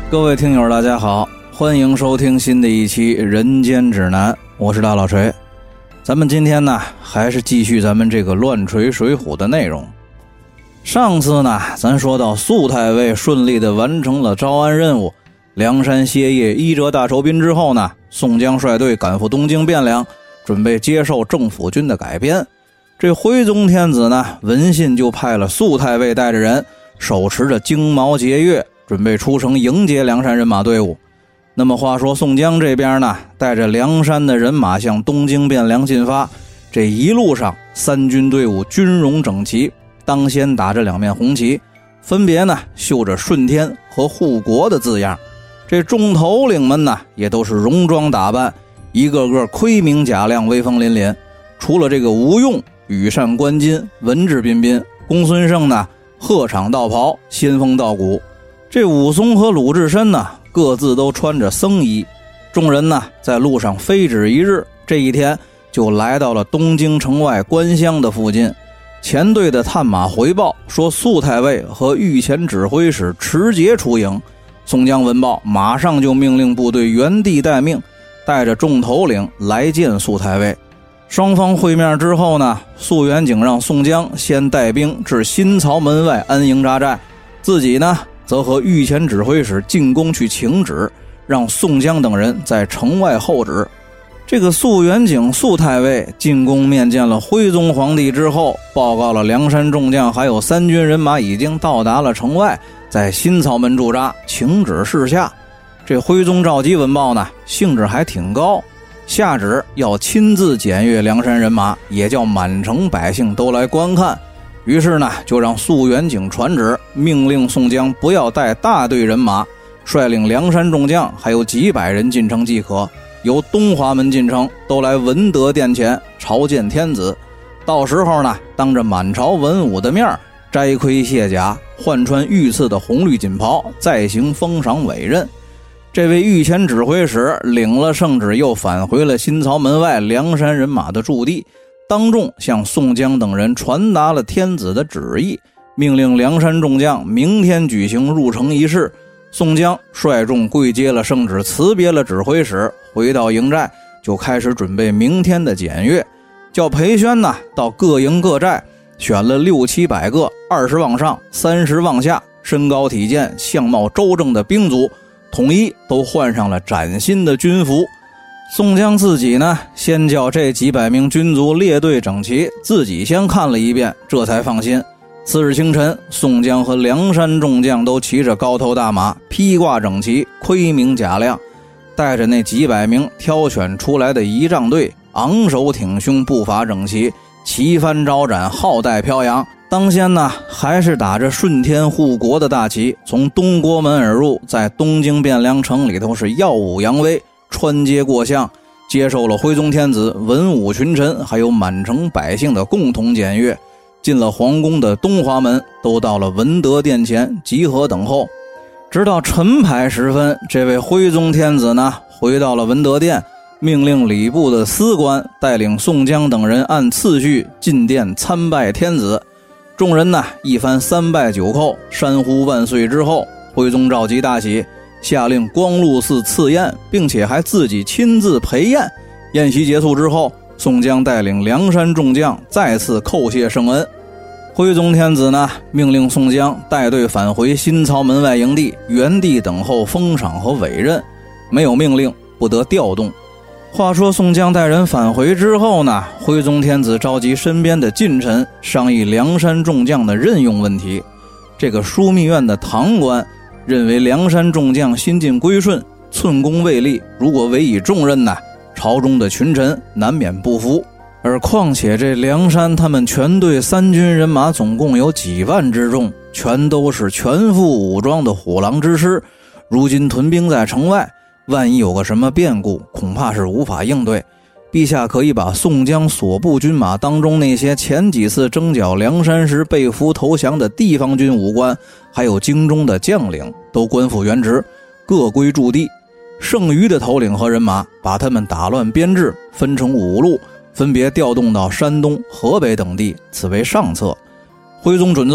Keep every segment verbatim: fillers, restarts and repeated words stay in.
各位听友大家好，欢迎收听新的一期人间指南，我是大老锤。咱们今天呢还是继续咱们这个乱锤水浒的内容。上次呢咱说到肃太尉顺利的完成了招安任务，梁山歇业，衣着大酬宾之后呢，宋江率队赶赴东京汴梁，准备接受政府军的改编。这徽宗天子呢闻信就派了肃太尉带着人手持着荆矛节钺，准备出城迎接梁山人马队伍。那么话说宋江这边呢，带着梁山的人马向东京汴梁进发，这一路上三军队伍军容整齐，当先打着两面红旗，分别呢绣着顺天和护国的字样。这众头领们呢也都是戎装打扮，一个个盔明甲亮，威风凛凛。除了这个吴用羽扇纶巾，文质彬彬，公孙胜呢鹤氅道袍，仙风道骨。这武松和鲁智深呢各自都穿着僧衣。众人呢在路上飞止一日，这一天就来到了东京城外关乡的附近。前队的探马回报说肃太尉和御前指挥使持节出营。宋江闻报，马上就命令部队原地待命，带着众头领来见肃太尉。双方会面之后呢，肃远景让宋江先带兵至新曹门外安营扎寨，自己呢则和御前指挥使进宫去请旨，让宋江等人在城外候旨。这个肃远景肃太尉进宫面见了徽宗皇帝之后，报告了梁山众将还有三军人马已经到达了城外，在新曹门驻扎，请旨示下。这徽宗赵佶闻报呢，兴致还挺高，下旨要亲自检阅梁山人马，也叫满城百姓都来观看。于是呢就让肃远景传旨，命令宋江不要带大队人马，率领梁山众将还有几百人进城即可，由东华门进城，都来文德殿前朝见天子。到时候呢当着满朝文武的面，摘盔卸甲，换穿御赐的红绿锦袍，再行封赏委任。这位御前指挥使领了圣旨，又返回了新曹门外梁山人马的驻地，当众向宋江等人传达了天子的旨意，命令梁山众将明天举行入城仪式。宋江率众跪接了圣旨，辞别了指挥使，回到营寨，就开始准备明天的检阅。叫裴宣呢到各营各寨选了六七百个二十往上三十往下，身高体健相貌周正的兵卒，统一都换上了崭新的军服。宋江自己呢先叫这几百名军卒列队整齐，自己先看了一遍，这才放心。次日清晨，宋江和梁山众将都骑着高头大马，披挂整齐，盔明甲亮，带着那几百名挑选出来的仪仗队，昂首挺胸，步伐整齐，旗帆招展，号带飘扬。当先呢还是打着顺天护国的大旗，从东国门而入，在东京汴梁城里头是耀武扬威，穿街过巷，接受了徽宗天子、文武群臣还有满城百姓的共同检阅。进了皇宫的东华门，都到了文德殿前集合等候。直到晨牌时分，这位徽宗天子呢回到了文德殿，命令礼部的司官带领宋江等人按次序进殿参拜天子。众人呢一番三拜九叩，山呼万岁之后，徽宗召集大喜，下令光禄寺赐宴，并且还自己亲自陪宴。宴席结束之后，宋江带领梁山众将再次叩谢圣恩。徽宗天子呢命令宋江带队返回新曹门外营地，原地等候封赏和委任，没有命令不得调动。话说宋江带人返回之后呢，徽宗天子召集身边的近臣商议梁山众将的任用问题。这个枢密院的堂官认为梁山众将新进归顺，寸功未立，如果委以重任呢，朝中的群臣难免不服。而况且这梁山他们全队三军人马总共有几万之众，全都是全副武装的虎狼之师，如今屯兵在城外，万一有个什么变故，恐怕是无法应对。陛下可以把宋江所部军马当中那些前几次征剿梁山时被俘投降的地方军武官，还有京中的将领都官复原职，各归驻地。剩余的头领和人马把他们打乱编制，分成五路，分别调动到山东、河北等地，此为上策。徽宗准奏，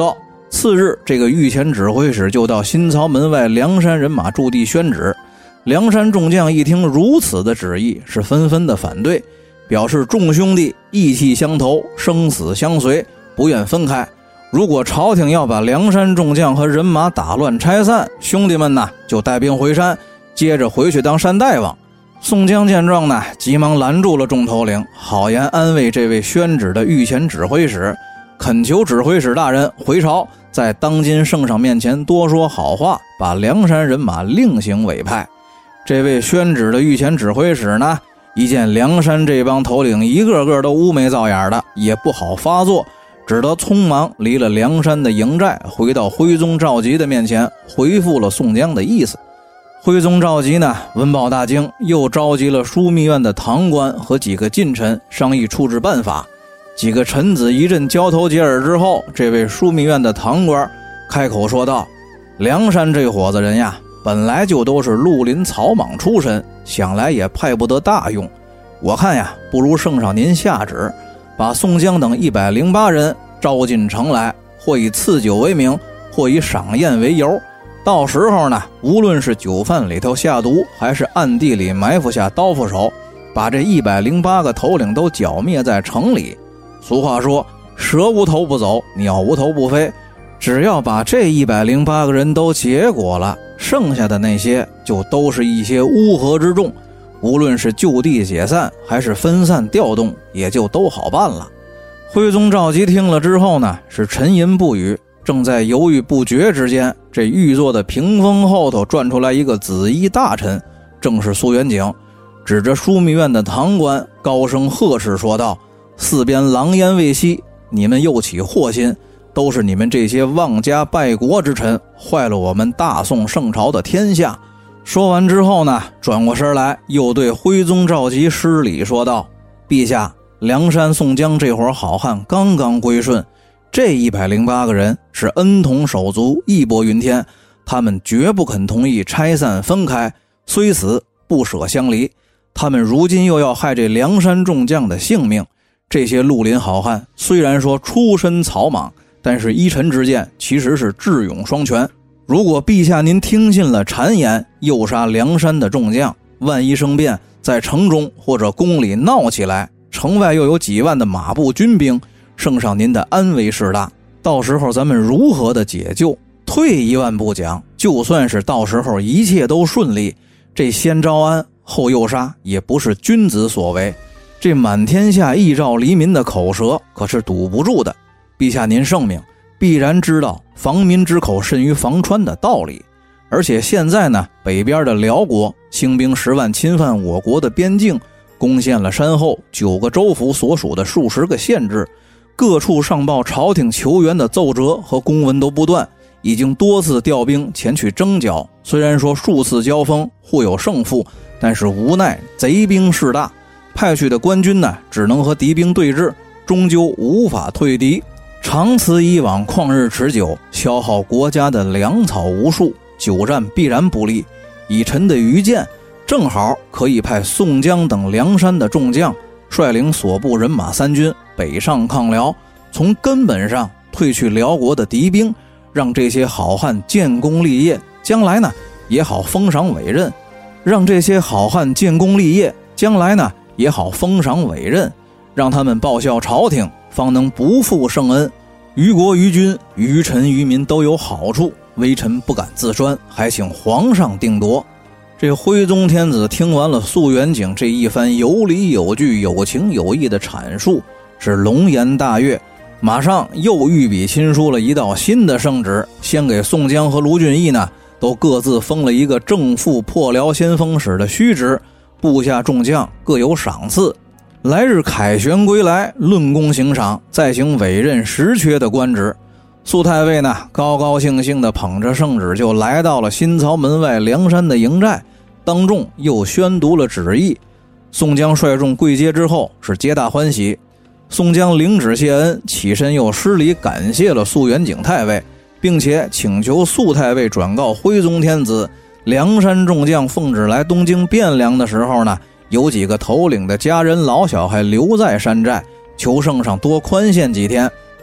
次日，这个御前指挥使就到新曹门外梁山人马驻地宣旨。梁山众将一听如此的旨意，是纷纷的反对，表示众兄弟义气相投，生死相随，不愿分开。如果朝廷要把梁山众将和人马打乱拆散，兄弟们呢就带兵回山，接着回去当山大王。宋江见状呢，急忙拦住了众头领，好言安慰这位宣旨的御前指挥使，恳求指挥使大人回朝，在当今圣上面前多说好话，把梁山人马另行委派。这位宣旨的御前指挥使呢，一见梁山这帮头领一个个都乌眉造眼的，也不好发作，只得匆忙离了梁山的营寨，回到徽宗赵佶的面前，回复了宋江的意思。徽宗赵佶呢闻报大惊，又召集了枢密院的堂官和几个近臣商议处置办法。几个臣子一阵交头接耳之后，这位枢密院的堂官开口说道：梁山这伙子人呀，本来就都是绿林草莽出身，想来也派不得大用。我看呀，不如圣上您下旨，把宋江等一百零八人招进城来，或以赐酒为名，或以赏宴为由。到时候呢，无论是酒饭里头下毒，还是暗地里埋伏下刀斧手，把这一百零八个头领都剿灭在城里。俗话说，蛇无头不走，鸟无头不飞。只要把这一百零八个人都结果了，剩下的那些就都是一些乌合之众，无论是就地解散还是分散调动，也就都好办了。徽宗赵佶听了之后呢，是沉吟不语。正在犹豫不决之间，这御座的屏风后头转出来一个紫衣大臣，正是苏元景，指着枢密院的堂官高声呵斥说道：四边狼烟未息，你们又起祸心，都是你们这些妄加败国之臣，坏了我们大宋圣朝的天下。说完之后呢，转过身来又对徽宗赵佶施礼说道：陛下，梁山宋江这伙好汉刚刚归顺，这一百零八个人是恩同手足，义薄云天，他们绝不肯同意拆散分开，虽死不舍相离。他们如今又要害这梁山众将的性命，这些绿林好汉虽然说出身草莽，但是依臣之见，其实是智勇双全。如果陛下您听信了谗言，诱杀梁山的众将，万一生变，在城中或者宫里闹起来，城外又有几万的马步军兵，圣上您的安危事大，到时候咱们如何的解救？退一万步讲，就算是到时候一切都顺利，这先招安后诱杀也不是君子所为，这满天下一兆黎民的口舌可是堵不住的。陛下您圣明，必然知道防民之口甚于防川的道理。而且现在呢，北边的辽国兴兵十万侵犯我国的边境，攻陷了山后九个州府所属的数十个县制，各处上报朝廷求援的奏折和公文都不断，已经多次调兵前去征剿。虽然说数次交锋互有胜负，但是无奈贼兵势大，派去的官军呢，只能和敌兵对峙，终究无法退敌。长此以往，旷日持久，消耗国家的粮草无数，久战必然不利。以臣的愚见，正好可以派宋江等梁山的众将率领所部人马三军北上抗辽，从根本上退去辽国的敌兵，让这些好汉建功立业，将来呢也好封赏委任，让这些好汉建功立业，将来呢也好封赏委任，让他们报效朝廷，方能不负圣恩，于国于君于臣于民都有好处。微臣不敢自专，还请皇上定夺。这徽宗天子听完了肃元景这一番有理有据有情有义的阐述，是龙颜大悦，马上又御笔亲书了一道新的圣旨，先给宋江和卢俊义呢都各自封了一个正副破辽先锋使的虚职，部下众将各有赏赐。来日凯旋归来，论功行赏，再行委任实缺的官职。苏太尉呢高高兴兴地捧着圣旨就来到了新曹门外梁山的营寨，当众又宣读了旨意。宋江率众跪阶之后是皆大欢喜。宋江领旨谢恩，起身又施礼感谢了肃元景太尉，并且请求肃太尉转告徽宗天子，梁山众将奉旨来东京汴梁的时候呢，有几个头领的家人老小还留在山寨，求圣上多宽限几天，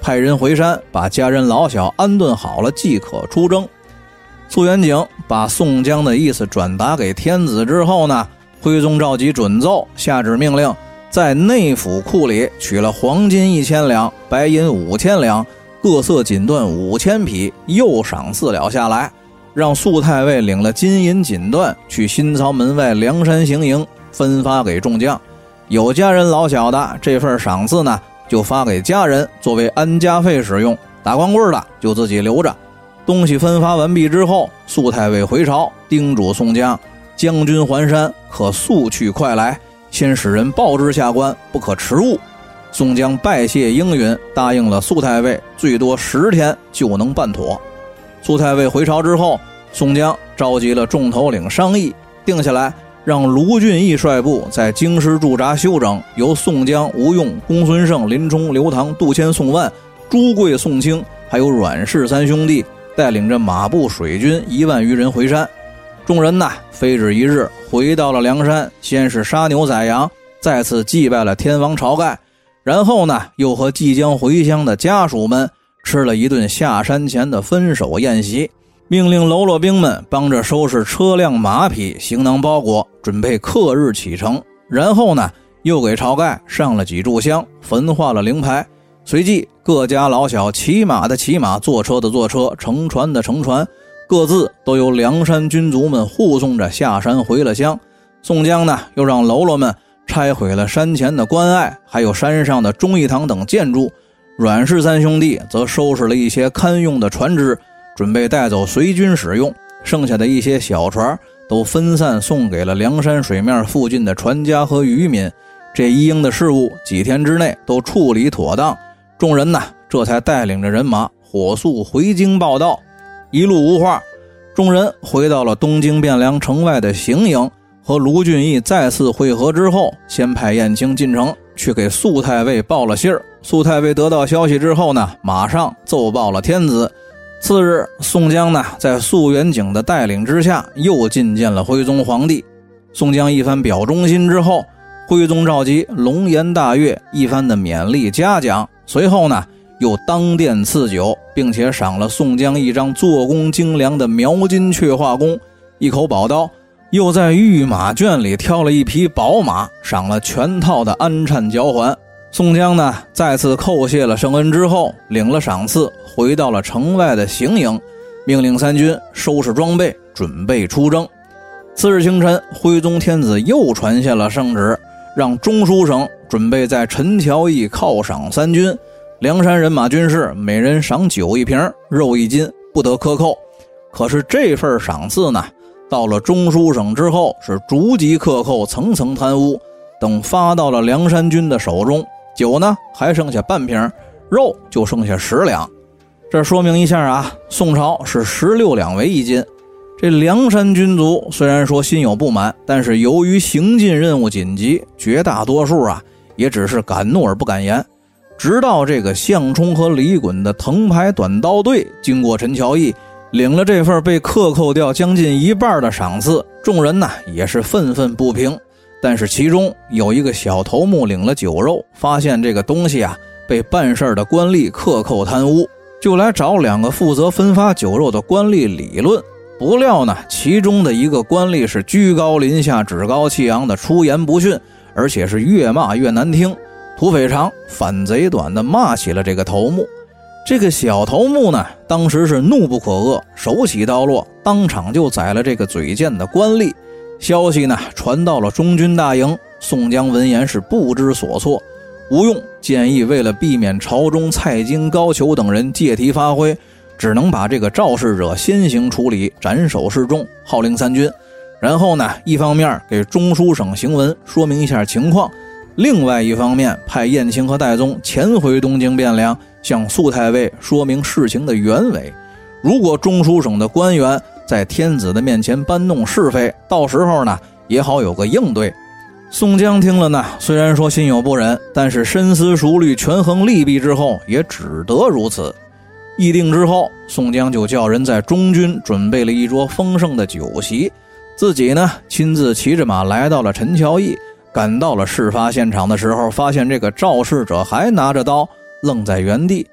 派人回山把家人老小安顿好了，即可出征。苏元景把宋江的意思转达给天子之后呢，徽宗召集准奏，下旨命令在内府库里取了黄金一千两，白银五千两，各色锦缎五千匹，又赏赐了下来，让肃太尉领了金银锦缎去新曹门外梁山行营，分发给众将。有家人老小的，这份赏赐呢就发给家人作为安家费使用，打光棍的就自己留着。东西分发完毕之后，肃太尉回朝叮嘱宋江，将军还山可速去快来，先使人报知下官，不可迟误。宋江拜谢应允，答应了肃太尉，最多十天就能办妥。肃太尉回朝之后，宋江召集了众头领商议，定下来让卢俊义率部在京师驻扎休整，由宋江、吴用、公孙胜、林冲、刘唐、杜迁、宋万、朱贵、宋清还有阮氏三兄弟带领着马步水军一万余人回山。众人呐，非止一日回到了梁山，先是杀牛宰羊，再次祭拜了天王晁盖，然后呢，又和即将回乡的家属们吃了一顿下山前的分手宴席，命令喽啰兵们帮着收拾车辆马匹、行囊包裹，准备克日启程。然后呢，又给晁盖上了几炷香，焚化了灵牌。随即各家老小骑马的骑马，坐车的坐车，乘船的乘船，各自都由梁山军卒们护送着下山回了乡。宋江呢，又让喽啰们拆毁了山前的关隘，还有山上的忠义堂等建筑。阮氏三兄弟则收拾了一些堪用的船只，准备带走随军使用，剩下的一些小船都分散送给了梁山水面附近的船家和渔民。这一应的事务几天之内都处理妥当，众人呢这才带领着人马火速回京报到。一路无话，众人回到了东京汴梁城外的行营，和卢俊义再次会合之后，先派燕青进城去给肃太尉报了信儿。肃太尉得到消息之后呢，马上奏报了天子。次日，宋江呢在肃元景的带领之下，又觐见了徽宗皇帝。宋江一番表忠心之后，徽宗召集龙颜大悦，一番的勉励嘉奖，随后呢又当殿赐酒，并且赏了宋江一张做工精良的描金雀画弓，一口宝刀，又在御马圈里挑了一匹宝马，赏了全套的鞍颤脚环。宋江呢再次叩谢了圣恩之后，领了赏赐，回到了城外的行营，命令三军收拾装备，准备出征。次日清晨，徽宗天子又传下了圣旨，让中书省准备在陈桥驿犒赏三军，梁山人马军士每人赏酒一瓶，肉一斤，不得克扣。可是这份赏赐呢，到了中书省之后是逐级克扣，层层贪污，等发到了梁山军的手中，酒呢还剩下半瓶，肉就剩下十两。这说明一下啊，宋朝是十六两为一斤。这梁山军卒虽然说心有不满，但是由于行进任务紧急，绝大多数啊也只是敢怒而不敢言。直到这个项冲和李衮的藤牌短刀队经过陈桥驿，领了这份被克扣掉将近一半的赏赐，众人呢也是愤愤不平。但是其中有一个小头目领了酒肉，发现这个东西啊被办事的官吏克扣贪污，就来找两个负责分发酒肉的官吏理论。不料呢，其中的一个官吏是居高临下、趾高气扬的出言不逊，而且是越骂越难听，土匪长反贼短的骂起了这个头目。这个小头目呢，当时是怒不可遏，手起刀落，当场就宰了这个嘴贱的官吏。消息呢传到了中军大营，宋江闻言是不知所措。吴用建议，为了避免朝中蔡京、高俅等人借题发挥，只能把这个肇事者先行处理，斩首示众，号令三军。然后呢，一方面给中书省行文说明一下情况，另外一方面派燕青和戴宗前回东京汴梁，向肃太尉说明事情的原委。如果中书省的官员在天子的面前搬弄是非，到时候呢也好有个应对。宋江听了呢，虽然说心有不忍，但是深思熟虑，权衡利弊之后，也只得如此。议定之后，宋江就叫人在中军准备了一桌丰盛的酒席，自己呢亲自骑着马来到了陈桥驿。赶到了事发现场的时候，发现这个肇事者还拿着刀愣在原地。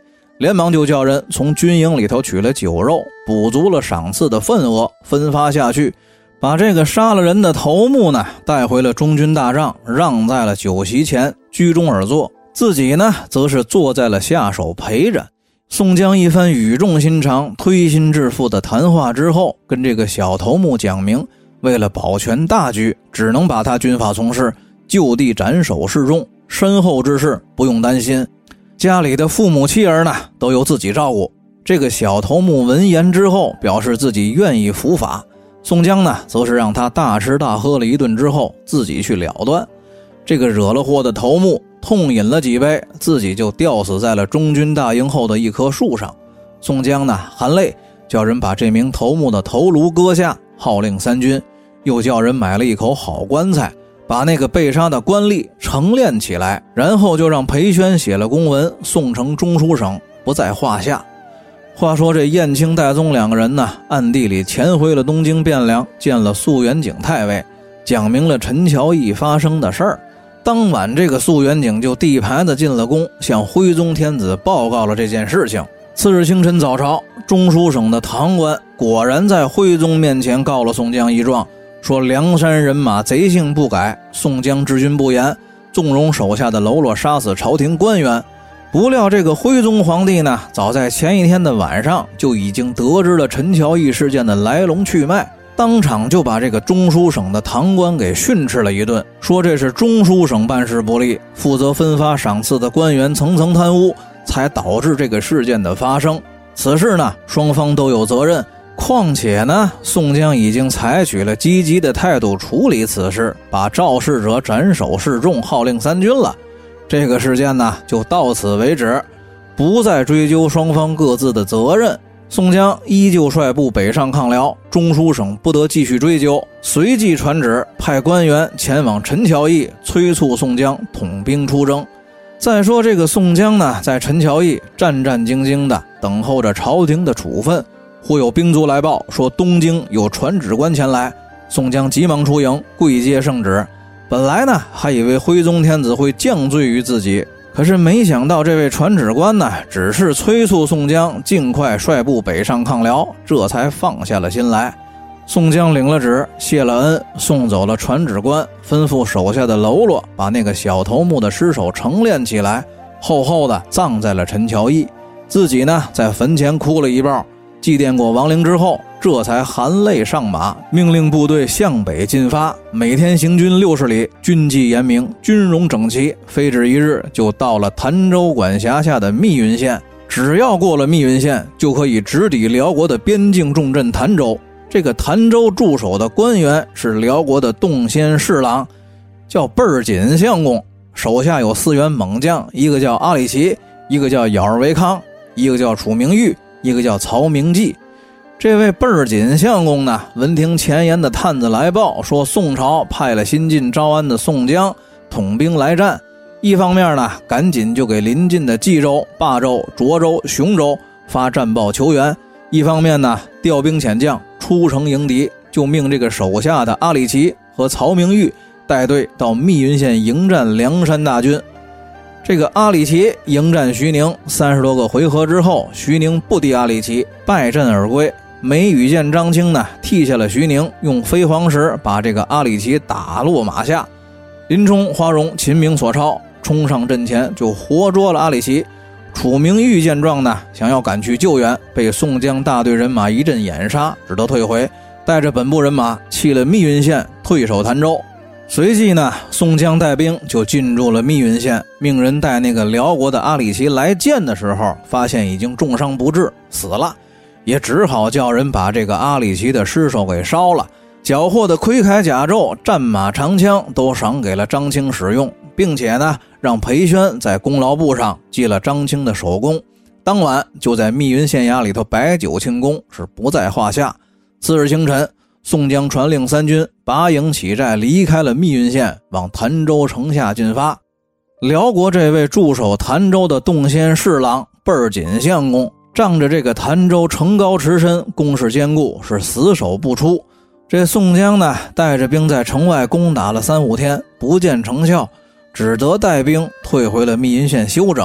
连忙就叫人从军营里头取了酒肉，补足了赏赐的份额，分发下去，把这个杀了人的头目呢带回了中军大帐，让在了酒席前，居中而坐，自己呢则是坐在了下手陪着。宋江一番语重心长、推心置腹的谈话之后，跟这个小头目讲明，为了保全大局，只能把他军法从事，就地斩首示众，身后之事不用担心，家里的父母妻儿呢都由自己照顾。这个小头目闻言之后，表示自己愿意伏法。宋江呢则是让他大吃大喝了一顿之后，自己去了断。这个惹了祸的头目痛饮了几杯，自己就吊死在了中军大营后的一棵树上。宋江呢含泪叫人把这名头目的头颅割下，号令三军，又叫人买了一口好棺材，把那个被杀的官吏成殓起来，然后就让裴宣写了公文送呈中书省，不在话下。话说这燕青戴宗两个人呢，暗地里潜回了东京汴梁，见了肃元景太尉，讲明了陈桥驿发生的事儿。当晚这个肃元景就递牌子进了宫，向徽宗天子报告了这件事情。次日清晨早朝，中书省的堂官果然在徽宗面前告了宋江一状，说梁山人马贼性不改，宋江治军不严，纵容手下的喽啰杀死朝廷官员。不料这个徽宗皇帝呢，早在前一天的晚上就已经得知了陈桥驿事件的来龙去脉，当场就把这个中书省的堂官给训斥了一顿，说这是中书省办事不力，负责分发赏赐的官员层层贪污，才导致这个事件的发生。此事呢，双方都有责任，况且呢，宋江已经采取了积极的态度处理此事，把肇事者斩首示众，号令三军了。这个事件呢就到此为止，不再追究双方各自的责任。宋江依旧率部北上抗辽，中书省不得继续追究，随即传旨派官员前往陈桥驿，催促宋江统兵出征。再说这个宋江呢，在陈桥驿战战兢兢的等候着朝廷的处分，忽有兵卒来报说东京有传旨官前来，宋江急忙出营跪接圣旨。本来呢还以为徽宗天子会降罪于自己，可是没想到这位传旨官呢只是催促宋江尽快率部北上抗辽，这才放下了心来。宋江领了旨，谢了恩，送走了传旨官，吩咐手下的喽啰把那个小头目的尸首成殓起来，厚厚的葬在了陈桥驿。自己呢在坟前哭了一抱，祭奠过亡灵之后，这才含泪上马，命令部队向北进发，每天行军六十里，军纪严明，军容整齐，非止一日就到了潭州管辖下的密云县。只要过了密云县，就可以直抵辽国的边境重镇潭州。这个潭州驻守的官员是辽国的洞仙侍郎，叫倍儿锦相公，手下有四员猛将，一个叫阿里奇，一个叫咬儿维康，一个叫楚明玉，一个叫曹明济。这位倍儿锦相公呢，闻听前言的探子来报，说宋朝派了新晋招安的宋江统兵来战，一方面呢赶紧就给邻近的冀州、霸州、涿州、雄州发战报求援，一方面呢调兵遣将出城迎敌，就命这个手下的阿里奇和曹明玉带队到密云县迎战梁山大军。这个阿里奇迎战徐宁，三十多个回合之后，徐宁不敌阿里奇，败阵而归。梅雨见张青呢，替下了徐宁，用飞黄石把这个阿里奇打落马下。林冲、花荣、秦明所超冲上阵前，就活捉了阿里奇。楚明玉见状呢，想要赶去救援，被宋江大队人马一阵掩杀，只得退回，带着本部人马弃了密云县，退守潭州。随即呢，宋江带兵就进入了密云县，命人带那个辽国的阿里奇来见的时候，发现已经重伤不治，死了，也只好叫人把这个阿里奇的尸首给烧了，缴获的盔铠甲胄、战马长枪都赏给了张青使用，并且呢让裴宣在功劳簿上记了张青的首功。当晚就在密云县衙里头摆酒庆功，是不在话下。次日清晨，宋江传令三军拔营起寨，离开了密云县，往潭州城下进发。辽国这位驻守潭州的洞仙侍郎倍儿锦相公，仗着这个潭州城高池深，工事坚固，是死守不出。这宋江呢，带着兵在城外攻打了三五天，不见成效，只得带兵退回了密云县休整。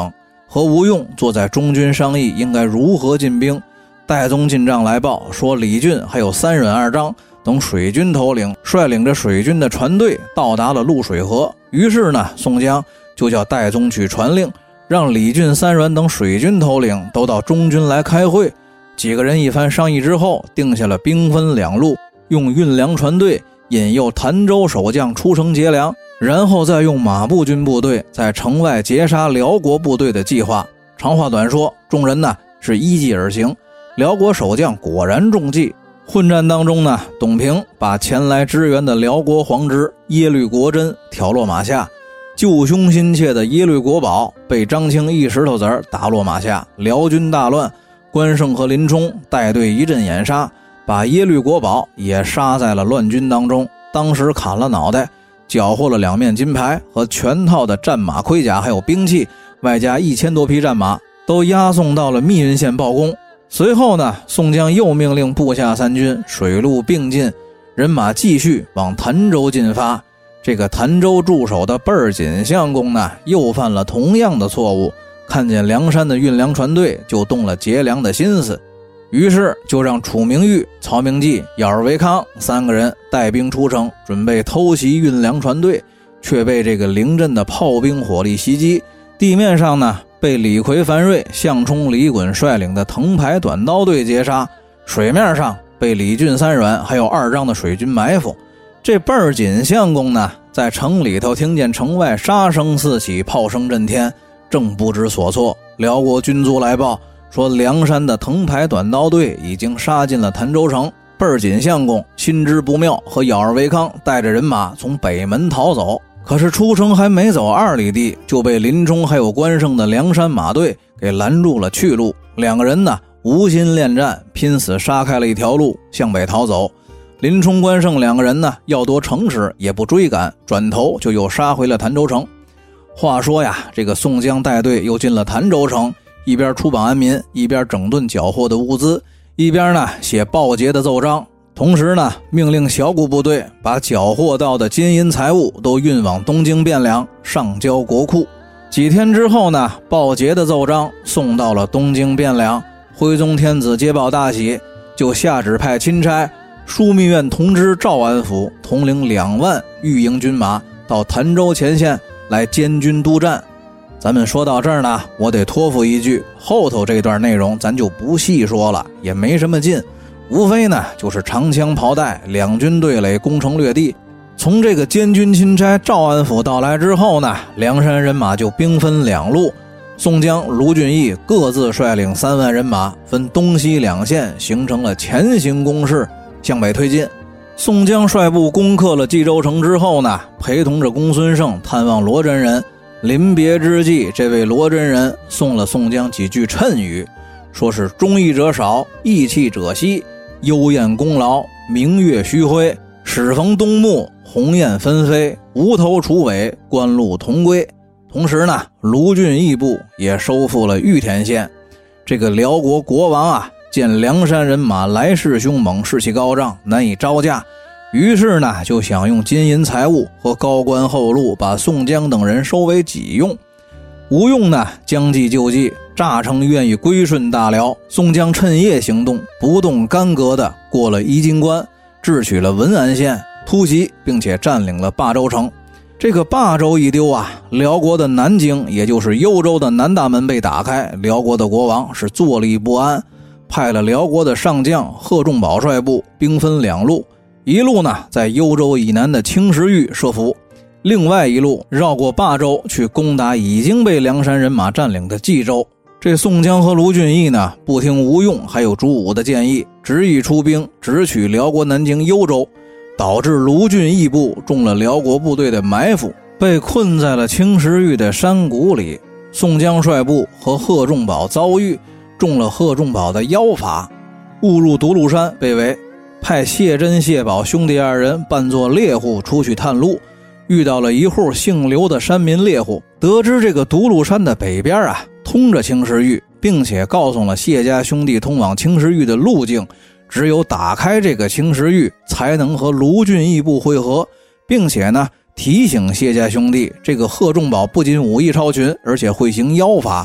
和吴用坐在中军商议应该如何进兵。戴宗进帐来报说，李俊还有三阮二张等水军头领率领着水军的船队到达了潞水河。于是呢，宋江就叫戴宗去传令，让李俊、三阮等水军头领都到中军来开会。几个人一番商议之后，定下了兵分两路，用运粮船队引诱潭州守将出城劫粮，然后再用马步军部队在城外截杀辽国部队的计划。长话短说，众人呢是依计而行。辽国守将果然中计。混战当中呢，董平把前来支援的辽国皇侄耶律国珍挑落马下，救兄心切的耶律国宝被张清一石头子儿打落马下，辽军大乱。关胜和林冲带队一阵掩杀，把耶律国宝也杀在了乱军当中。当时砍了脑袋，缴获了两面金牌和全套的战马盔甲还有兵器，外加一千多匹战马，都押送到了密云县报功。随后呢，宋江又命令部下三军水陆并进，人马继续往潭州进发。这个潭州驻守的倍儿锦相公呢，又犯了同样的错误，看见梁山的运粮船队就动了劫粮的心思，于是就让楚明玉、曹明济、姚尔维康三个人带兵出城，准备偷袭运粮船队，却被这个临阵的炮兵火力袭击。地面上呢，被李逵、樊瑞、项冲、李衮率领的藤牌短刀队截杀，水面上被李俊、三阮还有二张的水军埋伏。这倍儿锦相公呢，在城里头听见城外杀声四起，炮声震天，正不知所措。辽国军卒来报说，梁山的藤牌短刀队已经杀进了潭州城。倍儿锦相公心知不妙，和姚二维康带着人马从北门逃走。可是出城还没走二里地，就被林冲还有关胜的梁山马队给拦住了去路。两个人呢，无心恋战，拼死杀开了一条路向北逃走。林冲、关胜两个人呢，要夺城池也不追赶，转头就又杀回了潭州城。话说呀，这个宋江带队又进了潭州城，一边出榜安民，一边整顿缴获的物资，一边呢写报捷的奏章，同时呢命令小股部队把缴获到的金银财物都运往东京汴梁，上交国库。几天之后呢，报捷的奏章送到了东京汴梁，徽宗天子接报大喜，就下旨派钦差枢密院同知赵安抚统领两万御营军马到潭州前线来监军督战。咱们说到这儿呢，我得托付一句，后头这段内容咱就不细说了，也没什么劲，无非呢就是长枪炮带，两军对垒，攻城略地。从这个监军钦差赵安抚到来之后呢，梁山人马就兵分两路，宋江、卢俊义各自率领三万人马，分东西两线，形成了前行攻势，向北推进。宋江率部攻克了冀州城之后呢，陪同着公孙胜探望罗真人。临别之际，这位罗真人送了宋江几句谶语，说是忠义者少，义气者稀，幽燕功劳，明月须辉，始逢冬暮，鸿雁纷飞，无头楚尾，官路同归。同时呢，卢俊义部也收复了玉田县。这个辽国国王啊，见梁山人马来势凶猛，士气高涨，难以招架，于是呢就想用金银财物和高官厚禄把宋江等人收为己用。吴用呢将计就计，诈称愿意归顺大辽。宋江趁夜行动，不动干戈的过了宜津关，智取了文安县，突袭并且占领了霸州城。这个霸州一丢啊，辽国的南京也就是幽州的南大门被打开，辽国的国王是坐立不安，派了辽国的上将贺仲宝率部，兵分两路，一路呢在幽州以南的青石峪设伏，另外一路绕过霸州去攻打已经被梁山人马占领的冀州。这宋江和卢俊义呢不听吴用还有朱武的建议，执意出兵直取辽国南京幽州，导致卢俊义部中了辽国部队的埋伏，被困在了青石峪的山谷里。宋江率部和贺仲宝遭遇，中了贺仲宝的妖法，误入独鹿山被围，派谢珍、谢宝兄弟二人扮作猎户出去探路，遇到了一户姓刘的山民猎户，得知这个独鹿山的北边啊通着青石峪，并且告诉了谢家兄弟通往青石峪的路径，只有打开这个青石峪才能和卢俊义部会合，并且呢提醒谢家兄弟，这个贺仲宝不仅武艺超群，而且会行妖法，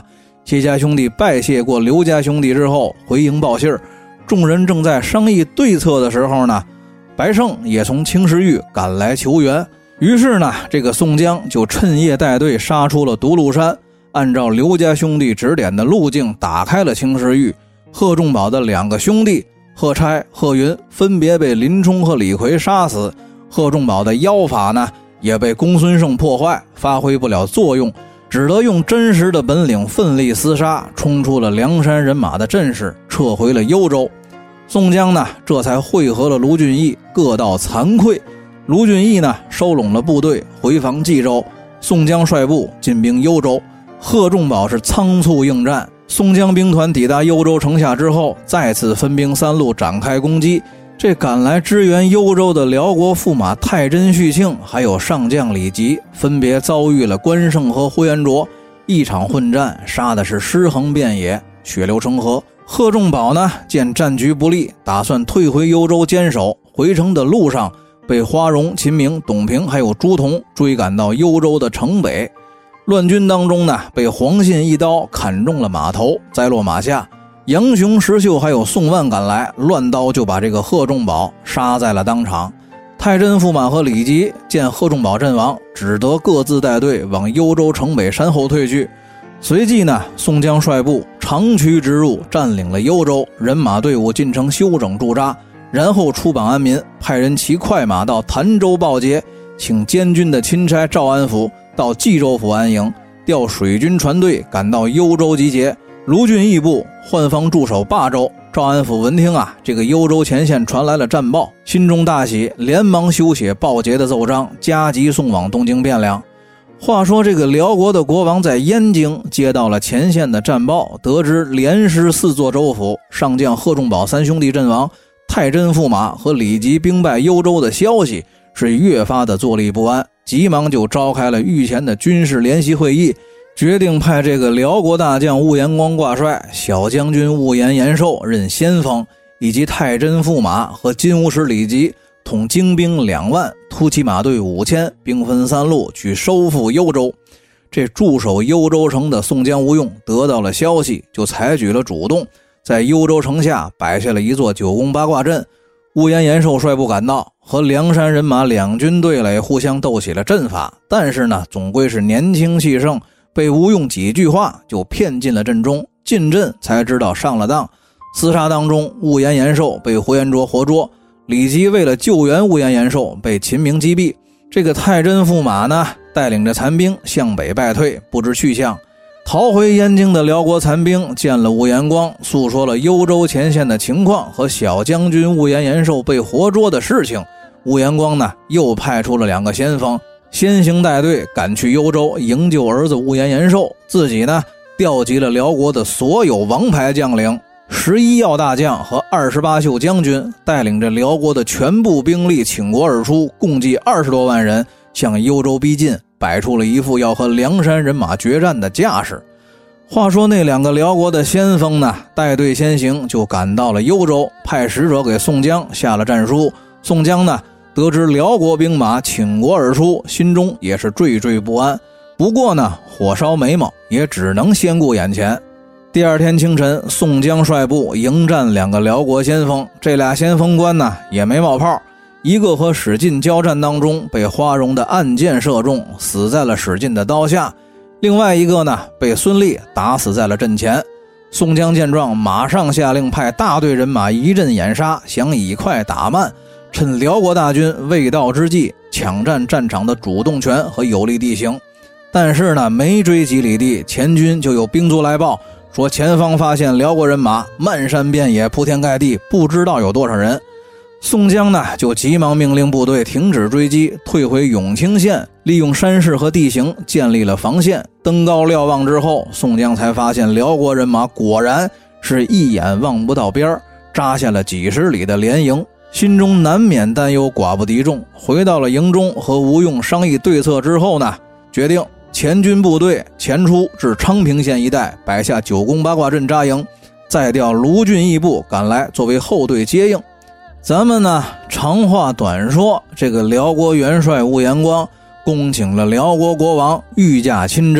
谢家兄弟拜谢过刘家兄弟之后，回营报信儿。众人正在商议对策的时候呢，白胜也从青石峪赶来求援。于是呢，这个宋江就趁夜带队杀出了独鹿山，按照刘家兄弟指点的路径打开了青石峪。贺仲宝的两个兄弟贺差、贺云分别被林冲和李逵杀死，贺仲宝的妖法呢也被公孙胜破坏，发挥不了作用，只得用真实的本领奋力厮杀，冲出了梁山人马的阵势，撤回了幽州。宋江呢这才会合了卢俊义，各道惭愧。卢俊义呢收拢了部队回防冀州，宋江率部进兵幽州。贺仲宝是仓促应战，宋江兵团抵达幽州城下之后，再次分兵三路展开攻击。这赶来支援幽州的辽国驸马太真续庆还有上将李吉，分别遭遇了关胜和呼延灼，一场混战杀的是尸横遍野，血流成河。贺仲宝呢见战局不利，打算退回幽州坚守，回城的路上被花荣、秦明、董平还有朱仝追赶到幽州的城北。乱军当中呢，被黄信一刀砍中了马头，栽落马下。杨雄、石秀还有宋万赶来，乱刀就把这个贺仲宝杀在了当场。太真驸马和李吉见贺仲宝阵亡，只得各自带队往幽州城北山后退去。随即呢，宋江率部长驱直入，占领了幽州，人马队伍进城休整驻扎，然后出榜安民，派人骑快马到潭州报捷，请监军的钦差赵安抚到冀州府安营，调水军船队赶到幽州集结。卢俊义部换方驻守霸州。赵安抚闻听啊，这个幽州前线传来了战报，心中大喜，连忙修写报捷的奏章，加急送往东京汴梁。话说这个辽国的国王在燕京接到了前线的战报，得知连失四座州府，上将贺仲宝三兄弟阵亡，太真驸马和李吉兵败幽州的消息，是越发的坐立不安，急忙就召开了御前的军事联席会议，决定派这个辽国大将兀延光挂帅，小将军兀延延寿任先锋，以及太真驸马和金吾使李吉统精兵两万，突骑马队五千，兵分三路去收复幽州。这驻守幽州城的宋江、吴用得到了消息，就采取了主动，在幽州城下摆下了一座九宫八卦阵。兀延延寿率部赶到，和梁山人马两军对垒，互相斗起了阵法，但是呢，总归是年轻气盛，被吴用几句话就骗进了阵中，进阵才知道上了当。厮杀当中，兀延延寿被呼延灼活捉，李吉为了救援兀延延寿被秦明击毙。这个太真驸马呢，带领着残兵向北败退，不知去向。逃回燕京的辽国残兵见了兀延光，诉说了幽州前线的情况和小将军兀延延寿被活捉的事情。兀延光呢，又派出了两个先锋先行带队赶去幽州营救儿子兀延延寿，自己呢调集了辽国的所有王牌将领十一要大将和二十八宿将军，带领着辽国的全部兵力倾国而出，共计二十多万人向幽州逼近，摆出了一副要和梁山人马决战的架势。话说那两个辽国的先锋呢，带队先行就赶到了幽州，派使者给宋江下了战书。宋江呢得知辽国兵马倾国而出，心中也是惴惴不安，不过呢火烧眉毛，也只能先顾眼前。第二天清晨，宋江率部迎战两个辽国先锋，这俩先锋官呢也没冒泡，一个和史进交战当中被花荣的暗箭射中，死在了史进的刀下，另外一个呢被孙立打死在了阵前。宋江见状，马上下令派大队人马一阵掩杀，想以快打慢，趁辽国大军未到之际抢占战场的主动权和有利地形。但是呢没追几里地，前军就有兵卒来报说前方发现辽国人马，漫山遍野，铺天盖地，不知道有多少人。宋江呢就急忙命令部队停止追击，退回永清县，利用山势和地形建立了防线。登高瞭望之后，宋江才发现辽国人马果然是一眼望不到边，扎下了几十里的连营，心中难免担忧寡不敌众。回到了营中，和吴用商议对策之后呢，决定前军部队前出至昌平县一带，摆下九宫八卦阵扎营，再调卢俊义部赶来作为后队接应。咱们呢长话短说，这个辽国元帅兀延光恭请了辽国国王御驾亲征，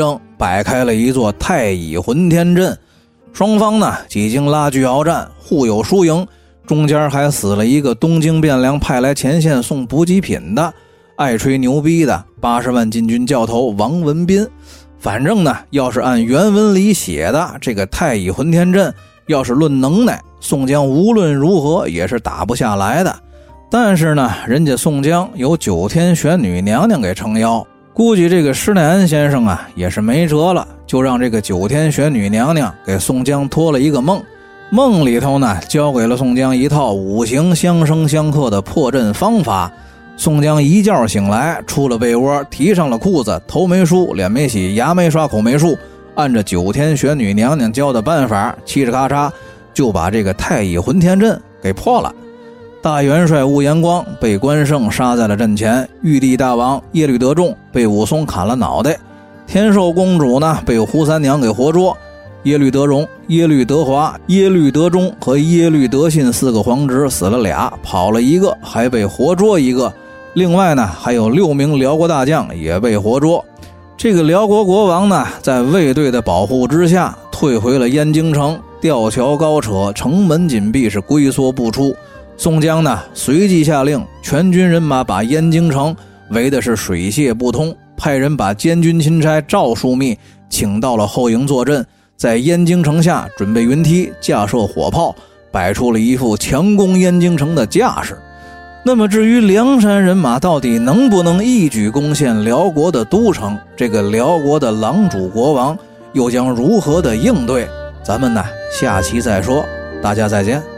摆开了一座太乙浑天阵。双方呢几经拉锯鏖战，互有输赢，中间还死了一个东京汴梁派来前线送补给品的爱吹牛逼的八十万禁军教头王文斌。反正呢要是按原文里写的这个太乙浑天阵，要是论能耐，宋江无论如何也是打不下来的。但是呢人家宋江有九天玄女娘娘给撑腰，估计这个施耐庵先生啊也是没辙了，就让这个九天玄女娘娘给宋江托了一个梦。梦里头呢教给了宋江一套五行相生相克的破阵方法。宋江一觉醒来，出了被窝，提上了裤子，头没梳，脸没洗，牙没刷，口没漱，按着九天玄女娘娘教的办法，嘁哧咔嚓就把这个太乙浑天阵给破了。大元帅乌延光被关胜杀在了阵前，玉帝大王耶律德重被武松砍了脑袋，天寿公主呢被胡三娘给活捉，耶律德荣、耶律德华、耶律德忠和耶律德信四个皇侄死了俩，跑了一个，还被活捉一个。另外呢还有六名辽国大将也被活捉。这个辽国国王呢在卫队的保护之下退回了燕京城，吊桥高扯，城门紧闭，是龟缩不出。宋江呢随即下令全军人马把燕京城围的是水泄不通，派人把监军钦差赵枢密请到了后营坐镇，在燕京城下准备云梯，架设火炮，摆出了一副强攻燕京城的架势。那么至于梁山人马到底能不能一举攻陷辽国的都城，这个辽国的狼主国王又将如何的应对，咱们呢下期再说。大家再见。